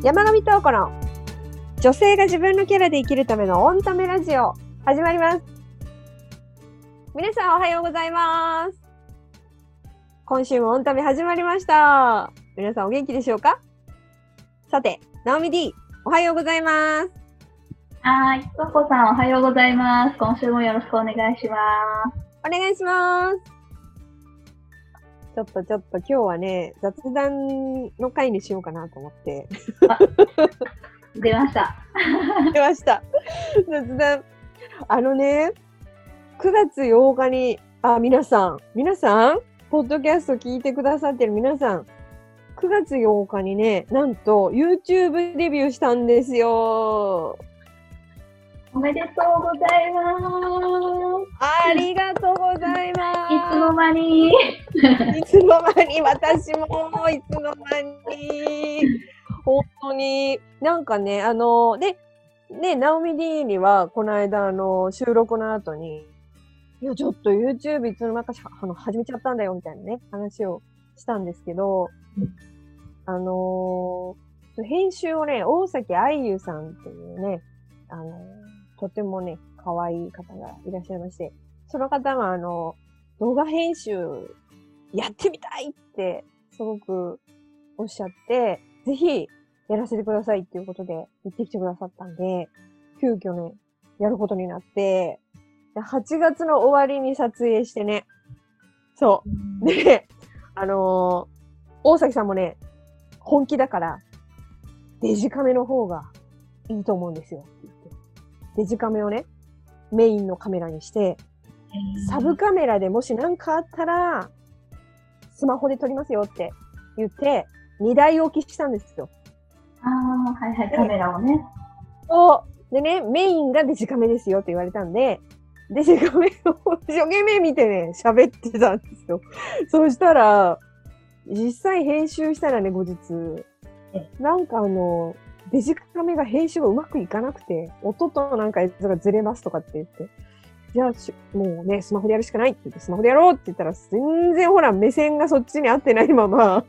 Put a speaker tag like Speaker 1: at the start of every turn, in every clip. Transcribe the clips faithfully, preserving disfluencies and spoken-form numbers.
Speaker 1: 山上東子の女性が自分のキャラで生きるためのオンタメラジオ始まります。皆さんおはようございます。今週もオンタメ始まりました。皆さんお元気でしょうか？さて、ナオミ D おはようございます。
Speaker 2: はい、東子さんおはようございます。今週もよろしくお願いします。
Speaker 1: お願いします。ちょっとちょっと今日はね、雑談の回にしようかなと思って。
Speaker 2: 出ました。
Speaker 1: 出ました。雑談。あのね、くがつようかに、あ、皆さん、皆さん、ポッドキャスト聞いてくださってる皆さん、くがつようかにね、なんと YouTube デビューしたんですよ。
Speaker 2: おめでとうございます。
Speaker 1: ありがとうございます。
Speaker 2: いつの間に。い
Speaker 1: つの間に、私もいつの間に。本当に、なんかね、あの、で、ね、ナオミ D には、この間、あの、収録の後に、いや、ちょっと YouTube いつの間にかあの始めちゃったんだよ、みたいなね、話をしたんですけど、あのー、編集をね、大崎愛優さんっていうね、あのー、とてもね、可愛い方がいらっしゃいまして、その方があの、動画編集やってみたいってすごくおっしゃって、ぜひやらせてくださいっていうことで言ってきてくださったんで、急遽ね、やることになって、はちがつの終わりに撮影してね、そう。でね、あのー、大崎さんもね、本気だから、デジカメの方がいいと思うんですよ。デジカメをね、メインのカメラにして、サブカメラでもし何かあったら、スマホで撮りますよって言って、にだい置きしたんですよ。
Speaker 2: ああ、はいはい、カメラをね。
Speaker 1: そう。でね、メインがデジカメですよって言われたんで、デジカメを一生懸命見てね、喋ってたんですよ。そうしたら、実際編集したらね、後日、なんかあの、デジカメが編集がうまくいかなくて、音となんかやつがずれますとかって言って、じゃあ、もうね、スマホでやるしかないって言って、スマホでやろうって言ったら、全然ほら、目線がそっちに合ってないまま、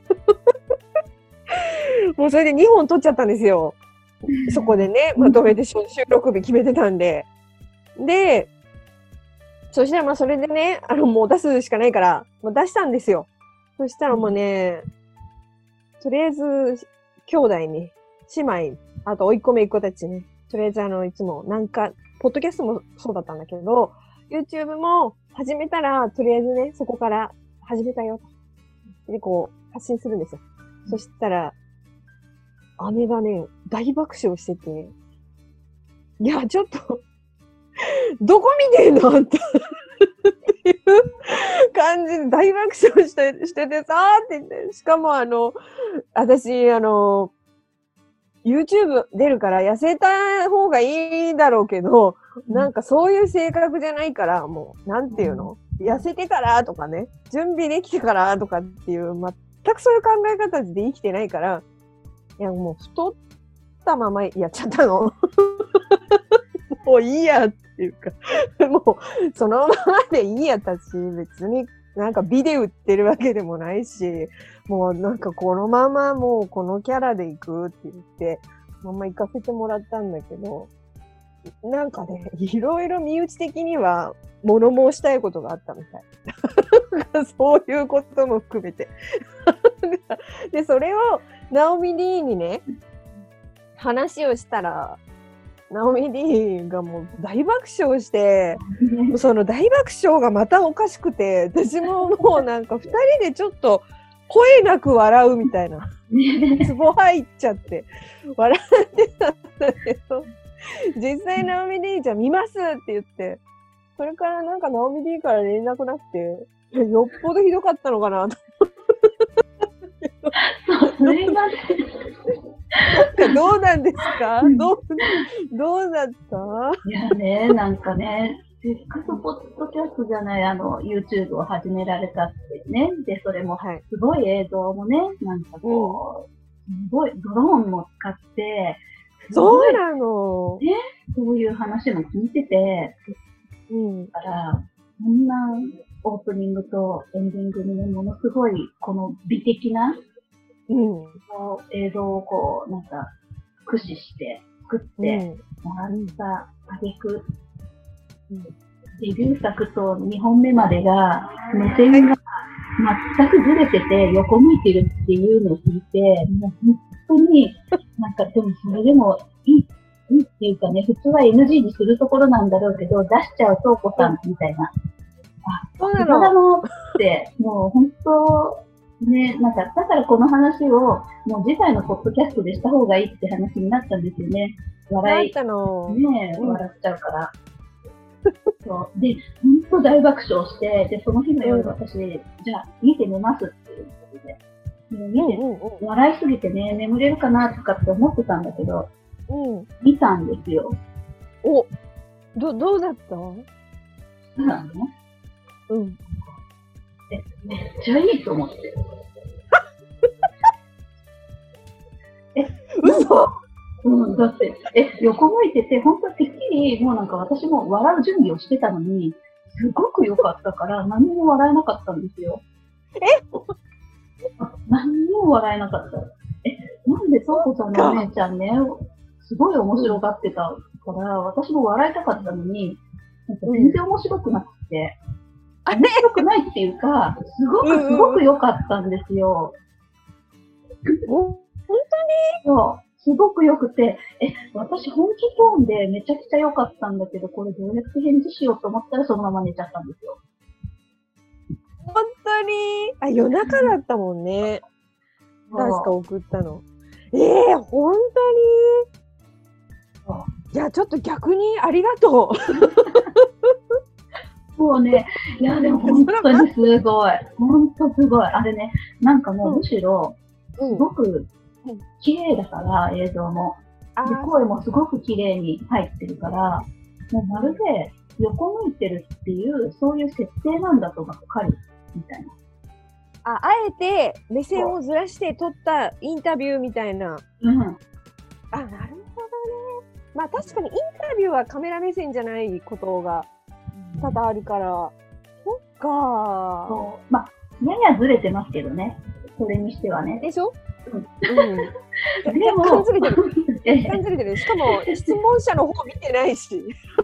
Speaker 1: もうそれでにほん撮っちゃったんですよ。そこでね、まとめて収録日決めてたんで。で、そしたらまあそれでね、あの、もう出すしかないから、もう出したんですよ。そしたらもうね、とりあえず、兄弟に、姉妹、あと、甥っ子姪っ子たちね。とりあえず、あの、いつも、なんか、ポッドキャストもそうだったんだけど、YouTube も始めたら、とりあえずね、そこから始めたよ。で、こう、発信するんですよ。そしたら、姉がね、大爆笑してて、いや、ちょっと、どこ見てんのっていう感じで大爆笑して、しててさーって言って、しかもあの、私、あの、YouTube 出るから痩せた方がいいだろうけど、なんかそういう性格じゃないから、もう、なんていうの？痩せてからとかね、準備できてからとかっていう、全くそういう考え方で生きてないから、いやもう太ったままやっちゃったの。もういいやっていうか、もうそのままでいいやったし、別になんか美で売ってるわけでもないし、もうなんかこのままもうこのキャラで行くって言って、まんま行かせてもらったんだけど、なんかね、いろいろ身内的には物申したいことがあったみたい。そういうことも含めて。で、それをナオミ D にね、話をしたら、ナオミ D がもう大爆笑して、その大爆笑がまたおかしくて、私ももうなんか二人でちょっと声なく笑うみたいな。ツボ入っちゃって、笑ってたんだけど、実際ナオミ D じゃ見ますって言って、それからなんかナオミ D から連絡なくて、よっぽどひどかったのかなと思って。
Speaker 2: すいません。
Speaker 1: なんかどうなんですか？どう、どうだった？
Speaker 2: いやね、なんかね、せっかくポッドキャストじゃない、あの、YouTube を始められたってね。で、それも、すごい映像もね、なんかこう、うん、すごい、ドローンも使って、
Speaker 1: そうなの。
Speaker 2: ね、そういう話も聞いてて、うん。だから、こんなオープニングとエンディングにね、ものすごい、この美的な
Speaker 1: うん。
Speaker 2: 映像をこう、なんか、駆使して作ってもらった挙句、うん、デビュー作とにほんめまでが、目線が全くずれてて、横向いてるっていうのを聞いて、もう本当に、なんかでもそれでもいい、いいっていうかね、普通は エヌジー にするところなんだろうけど、出しちゃうとお子さんみたいな。あ、そうなのだなって、もう本当、ね、なんか、だからこの話を、もう次回のポッドキャストでした方がいいって話になったんですよね。笑い、ねえ、うん、笑っちゃうから。そうで、本当大爆笑して、で、その日の夜私、うん、じゃあ、見て寝ますっていうことで、見て、うんうんうん、笑いすぎてね、眠れるかなとかって思ってたんだけど、うん、見たんですよ。
Speaker 1: お、ど、どうだった？
Speaker 2: そうなの？うん。え、めっちゃいいと思って。え、嘘？うん、だって、え、横向いてて、本当にてっきり、もうなんか私も笑う準備をしてたのに、すごく良かったから、何も笑えなかったんですよ。え何にも笑えなかった。え、なんで、とうこさんのお姉ちゃんね、すごい面白がってたから、私も笑いたかったのに、なんか全然面白くなくて、うん、面白くないっていうか、すごく、すごく良かったんですよ。
Speaker 1: 本当に？
Speaker 2: そう。すごく良くて、え、私本気トーンでめちゃくちゃ良かったんだけど、これどうやって返事しようと思ったらそのまま寝ちゃったんですよ。
Speaker 1: 本当に？あ、夜中だったもんね。確か送ったの。ええー、本当に？いや、ちょっと逆にありがと
Speaker 2: う。もうね、いや、でも本当にすごい。本当すごい。あれね、なんかもうむしろ、すごく、綺麗だから、映像も。で、声もすごく綺麗に入ってるから、もうまるで横向いてるっていう、そういう設定なんだとばっかり、みたいな。
Speaker 1: あ、あえて目線をずらして撮ったインタビューみたいな。
Speaker 2: うん。あ、な
Speaker 1: るほどね。まあ確かにインタビューはカメラ目線じゃないことが多々あるから、そっか。
Speaker 2: そう。まあ、ややずれてますけどね。それにしてはね。
Speaker 1: でしょ？うん。うん、でも、感ずれてる。感ずれてる。しかも、質問者の方見てないし。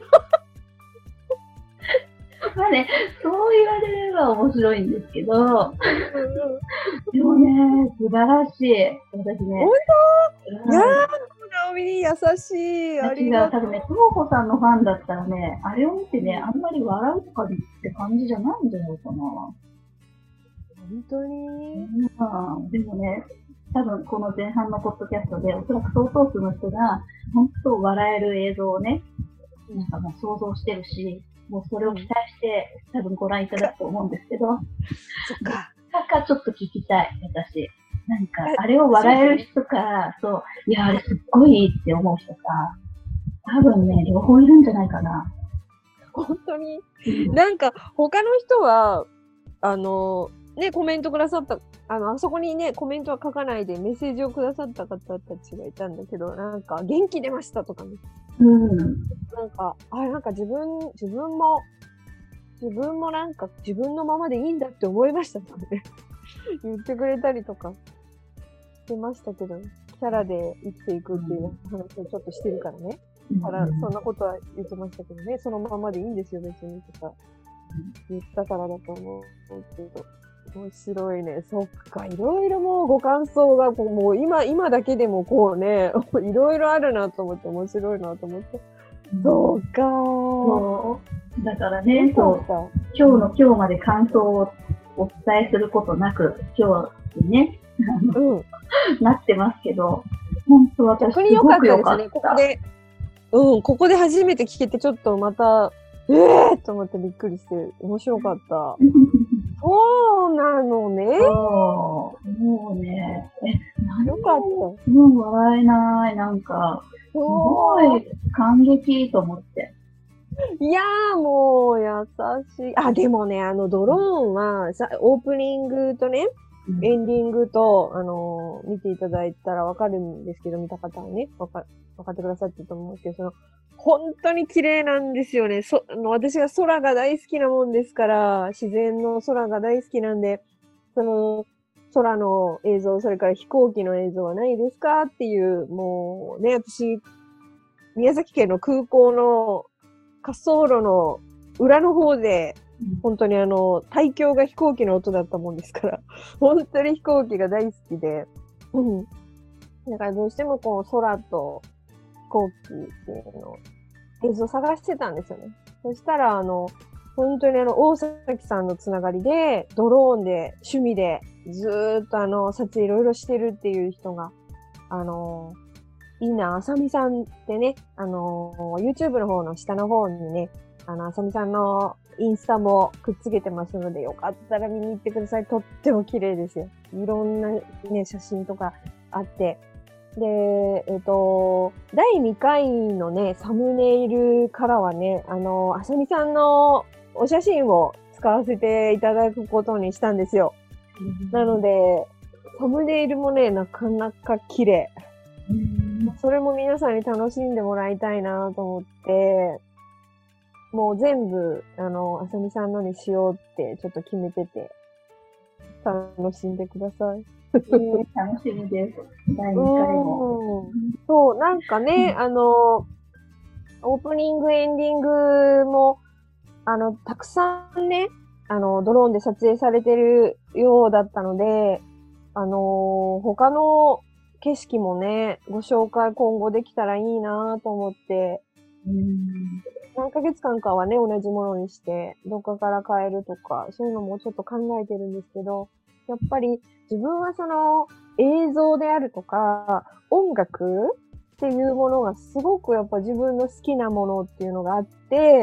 Speaker 2: まあね、そう言われれば面白いんですけど、でもね、素晴らしい。私ね。
Speaker 1: 本当？いやー、直美に優しい。
Speaker 2: ありがとう。多分ね、ともこさんのファンだったらね、あれを見てね、あんまり笑うとかって感じじゃないんじゃないかな。本
Speaker 1: 当に？
Speaker 2: うん、でもね、多分この前半のポッドキャストで、おそらく相当数の人が、本当笑える映像をね、なんかもう想像してるし、もうそれを期待して、多分ご覧いただくと思うんですけど、そっか。なんかちょっと聞きたい、私。なんか、あれを笑える人か、そう、いや、あれすっごいいいって思う人か、多分ね、両方いるんじゃないかな。
Speaker 1: 本当に、うん、なんか、他の人は、あの、ね、コメントくださった、あの、あそこにね、コメントは書かないでメッセージをくださった方たちがいたんだけど、なんか、元気出ましたとかね。うん。なんか、あ、なんか自分、自分も、自分もなんか自分のままでいいんだって思いましたとかね。言ってくれたりとかしてましたけど、キャラで生きていくっていう話をちょっとしてるからね。だから、そんなことは言ってましたけどね、そのままでいいんですよ、別にとか言ったからだと思うけど。面白いね。そっか。いろいろもうご感想が、もう今、今だけでもこうね、いろいろあるなと思って、面白いなと思って。そうか
Speaker 2: そう。だからね、そう。今日の今日まで感想をお伝えすることなく、今日にね、うん、なってますけど、本当私すごく良かったですね。
Speaker 1: ここで、うん、ここで初めて聞けてちょっとまた、ええーと思ってびっくりして、面白かった。そうなのね。
Speaker 2: そう。もうね、え、
Speaker 1: なよかった。
Speaker 2: もう笑えない、なんか、すごい感激と思って。
Speaker 1: いやーもう優しい。あ、でもね、あのドローンはさ、オープニングとね、うん、エンディングと、あのー、見ていただいたらわかるんですけど、見た方はね、わか、わかってくださってると思うんですけど、その、本当に綺麗なんですよね。そ、あの、私が空が大好きなもんですから、自然の空が大好きなんで、その、 空の映像、それから飛行機の映像はないですかっていう、もうね、私、宮崎県の空港の滑走路の裏の方で、本当にあの、対響が飛行機の音だったもんですから、本当に飛行機が大好きで、うん。だからどうしてもこう、空と飛行機っていうのを映像探してたんですよね。そしたら、あの、本当にあの、大崎さんのつながりで、ドローンで、趣味で、ずーっとあの、撮影いろいろしてるっていう人が、あの、いいな、あさみさんってね、あの、YouTube の方の下の方にね、あの、あさみさんのインスタもくっつけてますので、よかったら見に行ってください。とっても綺麗ですよ。いろんなね、写真とかあって。で、えっと、だいにかいのね、サムネイルからはね、あの、あさみさんのお写真を使わせていただくことにしたんですよ。なので、サムネイルもね、なかなか綺麗。それも皆さんに楽しんでもらいたいなと思って、もう全部、あの、あさみさんのにしようってちょっと決めてて、楽しんでください。
Speaker 2: えー、楽しみです。だいにかいも。
Speaker 1: そう、なんかね、あの、オープニング、エンディングも、あの、たくさんね、あの、ドローンで撮影されてるようだったので、あの、他の景色もね、ご紹介今後できたらいいなと思って、うん何ヶ月間かはね、同じものにして、どっかから変えるとか、そういうのもちょっと考えてるんですけど、やっぱり自分はその映像であるとか、音楽っていうものがすごくやっぱ自分の好きなものっていうのがあって、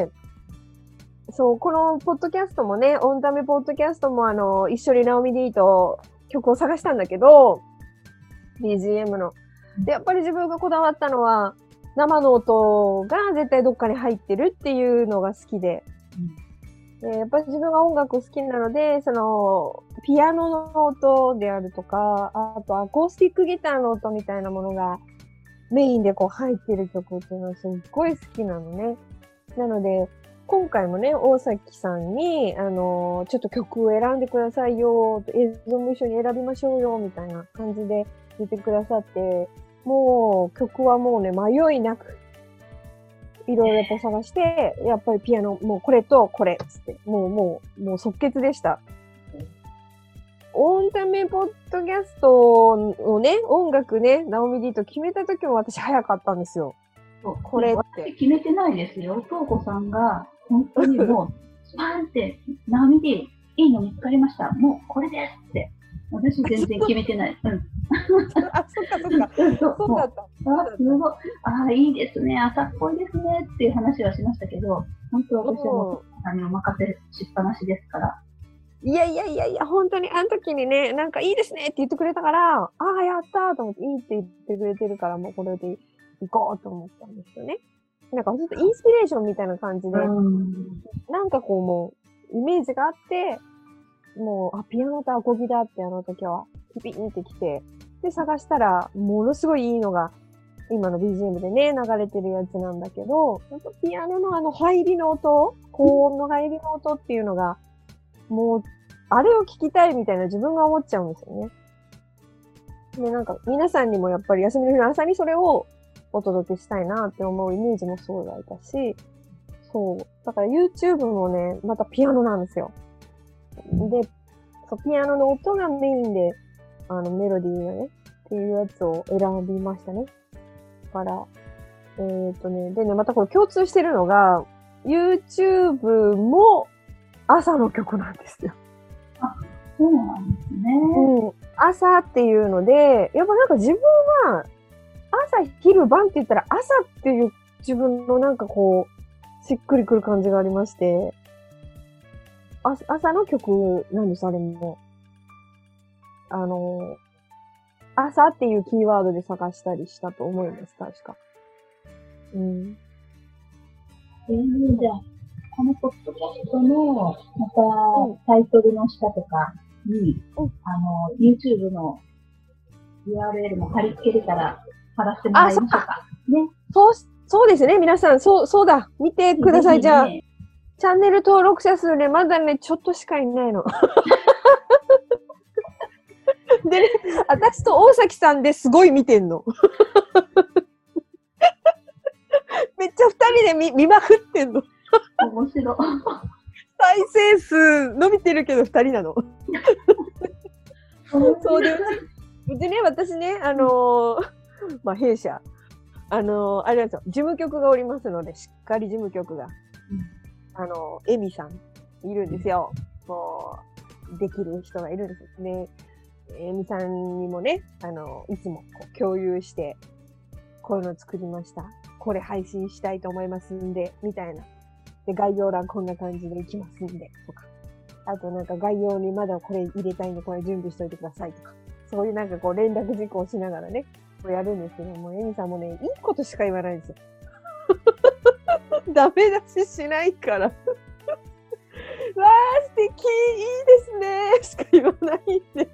Speaker 1: そう、このポッドキャストもね、オンタメポッドキャストもあの、一緒にナオミ D と曲を探したんだけど、ビージーエム の。で、やっぱり自分がこだわったのは、生の音が絶対どっかに入ってるっていうのが好きで。うん、でやっぱり自分が音楽好きなので、その、ピアノの音であるとか、あとアコースティックギターの音みたいなものがメインでこう入ってる曲っていうのはすっごい好きなのね。なので、今回もね、大崎さんに、あのー、ちょっと曲を選んでくださいよ、映像も一緒に選びましょうよ、みたいな感じで言ってくださって、もう曲はもうね、迷いなく、いろいろと探して、やっぱりピアノ、もうこれとこれ、つって、もうもう、もう即決でした。オンタメポッドキャストをね、音楽ね、ナオミ D と決めた時も私早かったんですよ。
Speaker 2: これって。私決めてないですよ。トウコさんが、本当にもう、スパーンって、ナオミ D、いいの見つかりました。もうこれですって。私全然決めてない。うん。
Speaker 1: あ、そっかそっか。うん、そうそうだった。
Speaker 2: あ、すごい。あ、いいですね。朝っぽいですね。っていう話はしましたけど、本当私はもう、あの、お任せしっぱなしですから。
Speaker 1: いやいやいやいや、本当にあの時にね、なんかいいですねって言ってくれたから、ああ、やったーと思って、いいって言ってくれてるから、もうこれで行こうと思ったんですよね。なんかちょっとインスピレーションみたいな感じで、なんかこうもう、イメージがあって、もう、あ、ピアノとアコギだってあの時は、ピピンってきて、で、探したら、ものすごいいいのが、今の ビージーエム でね、流れてるやつなんだけど、ピアノのあの入りの音、高音の入りの音っていうのが、もう、あれを聞きたいみたいな自分が思っちゃうんですよね。で、なんか、皆さんにもやっぱり休みの日の朝にそれをお届けしたいなって思うイメージもそうだったし、そう。だから YouTube もね、またピアノなんですよ。で、そうピアノの音がメインで、あの、メロディーがね、っていうやつを選びましたね。だから、えーっとね、でね、またこれ共通してるのが、YouTube も朝の曲なんですよ。
Speaker 2: あ、そうなんですね。
Speaker 1: うん。朝っていうので、やっぱなんか自分は、朝、昼、晩って言ったら朝っていう自分のなんかこう、しっくりくる感じがありまして、朝の曲なんです、あれも。あの、朝っていうキーワードで探したりしたと思います、確か。うん。
Speaker 2: えー、じゃあ、このポッドキャストの、また、タイトルの下とかに、うん、あの、YouTube の ユーアールエル も貼り付けれたら、貼らせてもらいましょうか。ね。
Speaker 1: そう、そうですね、皆さん、そう、そうだ、見てください、じゃあ。チャンネル登録者数ね、まだね、ちょっとしかいないの。 でね、私と大崎さんですごい見てんの。めっちゃ二人で 見, 見まくってんの。
Speaker 2: 面白い。
Speaker 1: 再生数伸びてるけど二人なの。そうで、うちね、私ね、あのー、まあ弊社、あのー、あれなんですよ、事務局がおりますので、しっかり事務局が、うん、あのー、エミさんいるんですよ。もう、できる人がいるんですね。エミさんにもね、あのー、いつもこう共有して、こういうの作りました。これ配信したいと思いますんで、みたいな。で、概要欄こんな感じでいきますんで、とか。あとなんか概要にまだこれ入れたいんで、これ準備しといてくださいとか。そういうなんかこう連絡事項をしながらね、こうやるんですけども、エミさんもね、いいことしか言わないんですよ。ダメ出ししないから。わー、素敵、いいですねしか言わないんで。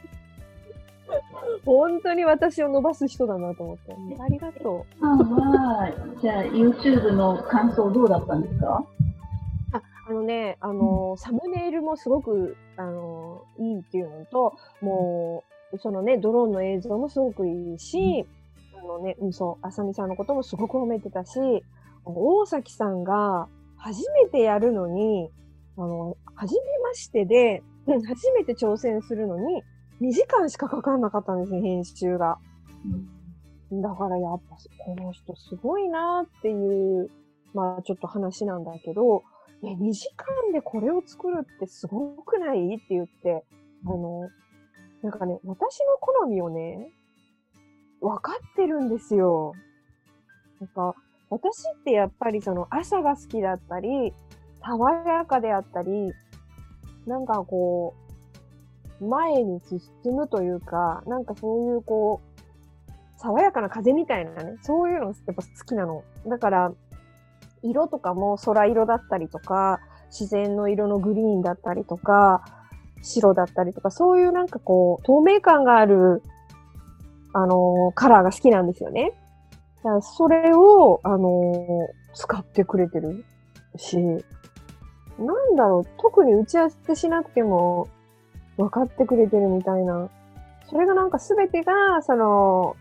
Speaker 1: 本当に私を伸ばす人だなと思って。ありがとう。
Speaker 2: あはい。じゃあ、YouTube の感想どうだったんですか？
Speaker 1: あ、あのね、あの、うん、サムネイルもすごく、あの、いいっていうのと、もう、そのね、ドローンの映像もすごくいいし、うん、あのね、うん、そう、あさみさんのこともすごく褒めてたし、大崎さんが初めてやるのに、あの、初めましてで、初めて挑戦するのに、にじかんしかかかんなかったんですね、編集が。うん、だからやっぱ、この人すごいなっていう、まあちょっと話なんだけど、え、にじかんでこれを作るってすごくないって言って、あの、なんかね、私の好みをね、分かってるんですよ。なんか、私ってやっぱりその朝が好きだったり、爽やかであったり、なんかこう、前に進むというか、なんかそういうこう、爽やかな風みたいなね、そういうのがやっぱ好きなの。だから、色とかも空色だったりとか、自然の色のグリーンだったりとか、白だったりとか、そういうなんかこう、透明感がある、あのー、カラーが好きなんですよね。だからそれを、あのー、使ってくれてるし、なんだろう、特に打ち合わせしなくても分かってくれてるみたいな。それがなんかすべてが、その、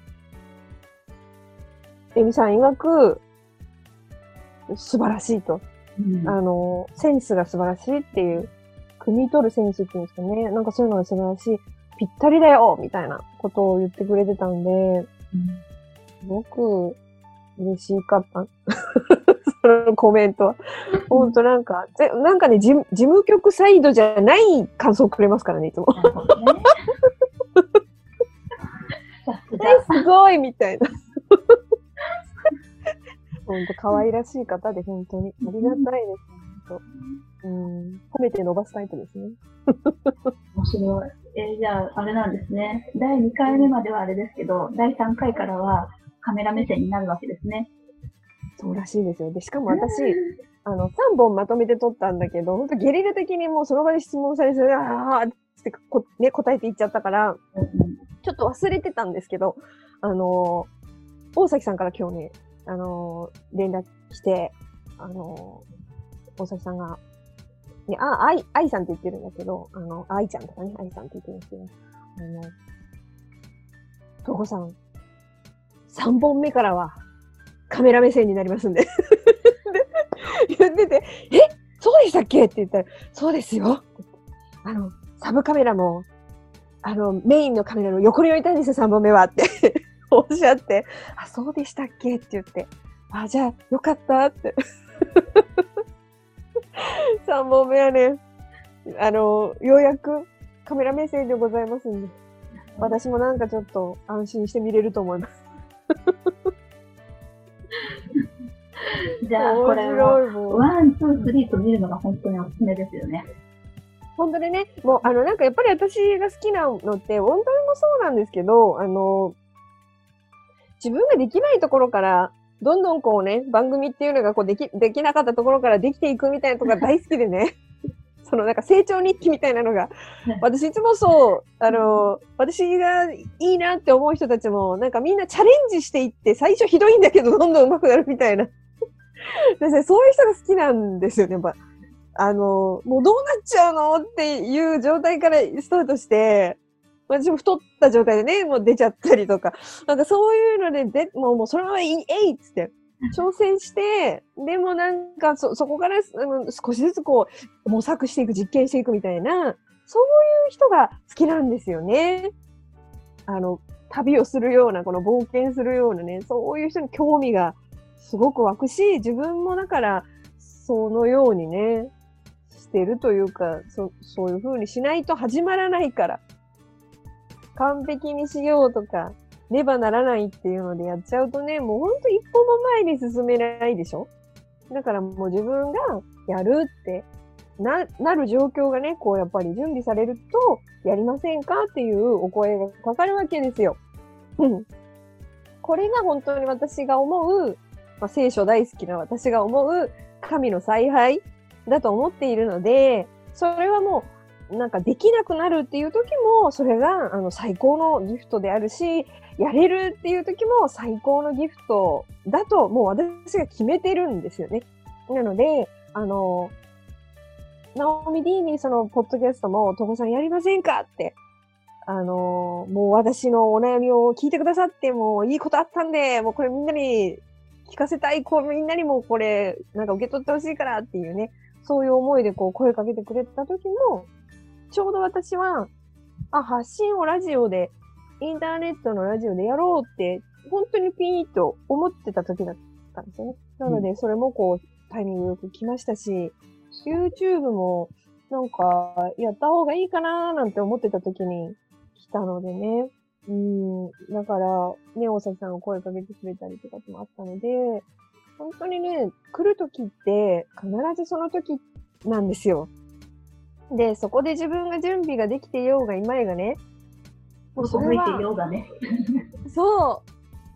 Speaker 1: エミさん曰く、素晴らしいと。うん、あの、センスが素晴らしいっていう、汲み取るセンスっていうんですかね。なんかそういうのが素晴らしい。ぴったりだよみたいなことを言ってくれてたんで、うん、すごく嬉しかった。そのコメントは。ほんとなんか、ぜなんかね、事務局サイドじゃない感想をくれますからね、いつも。なるほどね、すごいみたいな。ほんと可愛らしい方で本当にありがたいです。本当、うん、褒めて伸ばすタイプですね。
Speaker 2: 面白い。えー、じゃああれなんですね。だいにかいめまではあれですけど、だいさんかいからはカメラ目線になるわけですね。
Speaker 1: そうらしいですよ。で、しかも私、あの、さんぼんまとめて撮ったんだけど、ほんとゲリラ的にもうその場で質問されて、あーってこ、ね、答えていっちゃったから、うん、ちょっと忘れてたんですけど、あのー、大崎さんから今日ね、あのー、連絡来て、あのー、大崎さんが、ね、あ、あい、あいさんって言ってるんだけど、あの、あいちゃんとかね、あいさんって言ってるんですけど、あの、とこさん、さんぼんめからはカメラ目線になりますんで。で言ってて、え、そうでしたっけって言ったら、そうですよ。あの、サブカメラも、あの、メインのカメラの横に置いたんですよ、さんぼんめはっておっしゃって、あ、そうでしたっけって言って、あ、じゃあ、よかったって。さんぼんめはね、あの、ようやくカメラ目線でございますんで、私もなんかちょっと安心して見れると思います。
Speaker 2: じゃあ、これをワン、ツー、スリーと見るのが本当におすすめですよね。
Speaker 1: 本当にね、もう、あの、なんかやっぱり私が好きなのって、本当にもそうなんですけど、あの、自分ができないところから、どんどんこうね、番組っていうのがこうでき、できなかったところからできていくみたいなところが大好きでね。そのなんか成長日記みたいなのが、私いつもそう、あの、私がいいなって思う人たちも、なんかみんなチャレンジしていって、最初ひどいんだけど、どんどん上手くなるみたいな。そういう人が好きなんですよね、やっぱ。あの、もうどうなっちゃうのっていう状態からスタートして、 私も太った状態でね、もう出ちゃったりとか、なんかそういうので、でもう、もうそれはいい、えいっつって、挑戦して、でもなんかそ、そこから、うん、少しずつこう、模索していく、実験していくみたいな、そういう人が好きなんですよね。あの、旅をするような、この冒険するようなね、そういう人に興味がすごく湧くし、自分もだから、そのようにね、してるというか、そ、そういう風にしないと始まらないから、完璧にしようとか、ねばならないっていうのでやっちゃうとね、もうほんと一歩も前に進めないでしょ？だからもう自分がやるってな、なる状況がね、こうやっぱり準備されると、やりませんかっていうお声がかかるわけですよ。うん。これが本当に私が思う、まあ、聖書大好きな私が思う神の采配だと思っているので、それはもう、なんかできなくなるっていう時も、それがあの最高のギフトであるし、やれるっていう時も最高のギフトだと、もう私が決めてるんですよね。なので、あの、ナオミ D にその、ポッドキャストも、トコさんやりませんかって、あの、もう私のお悩みを聞いてくださって、もういいことあったんで、もうこれみんなに聞かせたい、こうみんなにもこれ、なんか受け取ってほしいからっていうね、そういう思いでこう声かけてくれた時も、ちょうど私は、あ、発信をラジオで、インターネットのラジオでやろうって、本当にピーッと思ってた時だったんですよね。なので、それもこう、タイミングよく来ましたし、YouTube もなんかやった方がいいかなーなんて思ってた時に来たのでね。うん。だから、ね、大崎さんが声かけてくれたりとかもあったので、本当にね、来る時って必ずその時なんですよ。で、そこで自分が準備ができていようがいまいがね。
Speaker 2: もうそれは横向いていようがね。
Speaker 1: そう。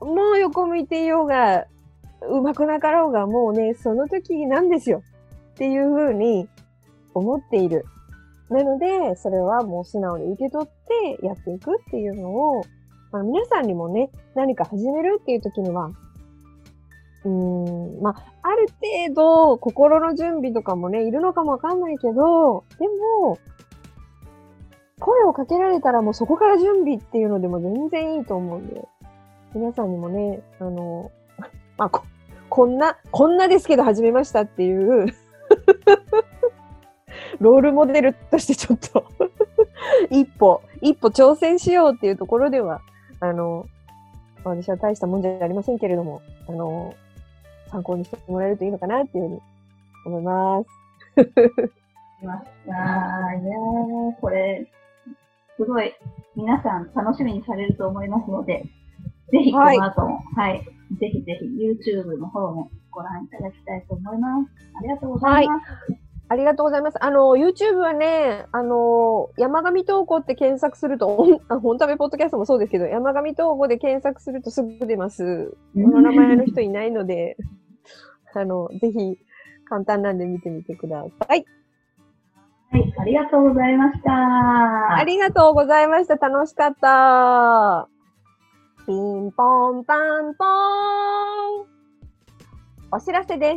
Speaker 1: もう横向いていようが、うまくなかろうが、もうね、その時なんですよ。っていうふうに思っている。なので、それはもう素直に受け取ってやっていくっていうのを、まあ、皆さんにもね、何か始めるっていう時には、うーん、まあ、ある程度心の準備とかもね、いるのかもわかんないけど、でも、声をかけられたらもうそこから準備っていうのでも全然いいと思うんで、皆さんにもね、あの、まあ、こ、こんな、こんなですけど始めましたっていうロールモデルとしてちょっと一歩、一歩挑戦しようっていうところでは、あの、私は大したもんじゃありませんけれども、あの、参考にしてもらえるといいのかなっていうふうに思います。
Speaker 2: いました。いやー、これ、すごい皆さん楽しみにされると思いますので、ぜひこの後も、はい、はい、ぜひぜひ YouTube の方もご覧いただきたいと思います。ありがとうございます。はい、
Speaker 1: ありがとうございます。あの、YouTube はね、あの、山上東子って検索すると、本ためポッドキャストもそうですけど、山上東子で検索するとすぐ出ます。この名前の人いないので、あの、ぜひ簡単なんで見てみてください。
Speaker 2: はい、ありがとうございました。
Speaker 1: ありがとうございました。楽しかった。ピンポンパンポーン。お知らせです。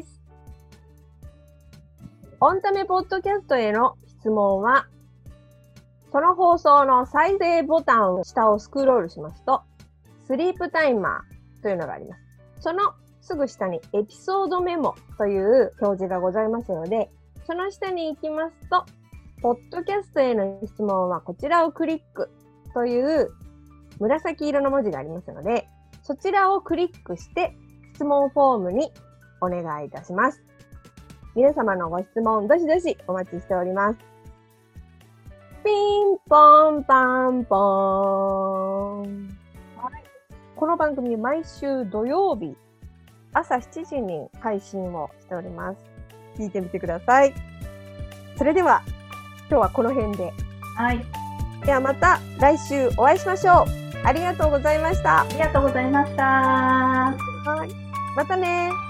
Speaker 1: オンタメポッドキャストへの質問は、その放送の再生ボタンを下をスクロールしますと、スリープタイマーというのがあります。そのすぐ下にエピソードメモという表示がございますので、その下に行きますと、ポッドキャストへの質問はこちらをクリックという紫色の文字がありますので、そちらをクリックして質問フォームにお願いいたします。皆様のご質問、どしどしお待ちしております。ピンポンパンポーン。はい、この番組毎週土曜日朝しちじに配信をしております。聞いてみてください。それでは今日はこの辺で。
Speaker 2: はい。
Speaker 1: ではまた来週お会いしましょう。ありがとうございました。
Speaker 2: ありがとうございました。
Speaker 1: はい。またね。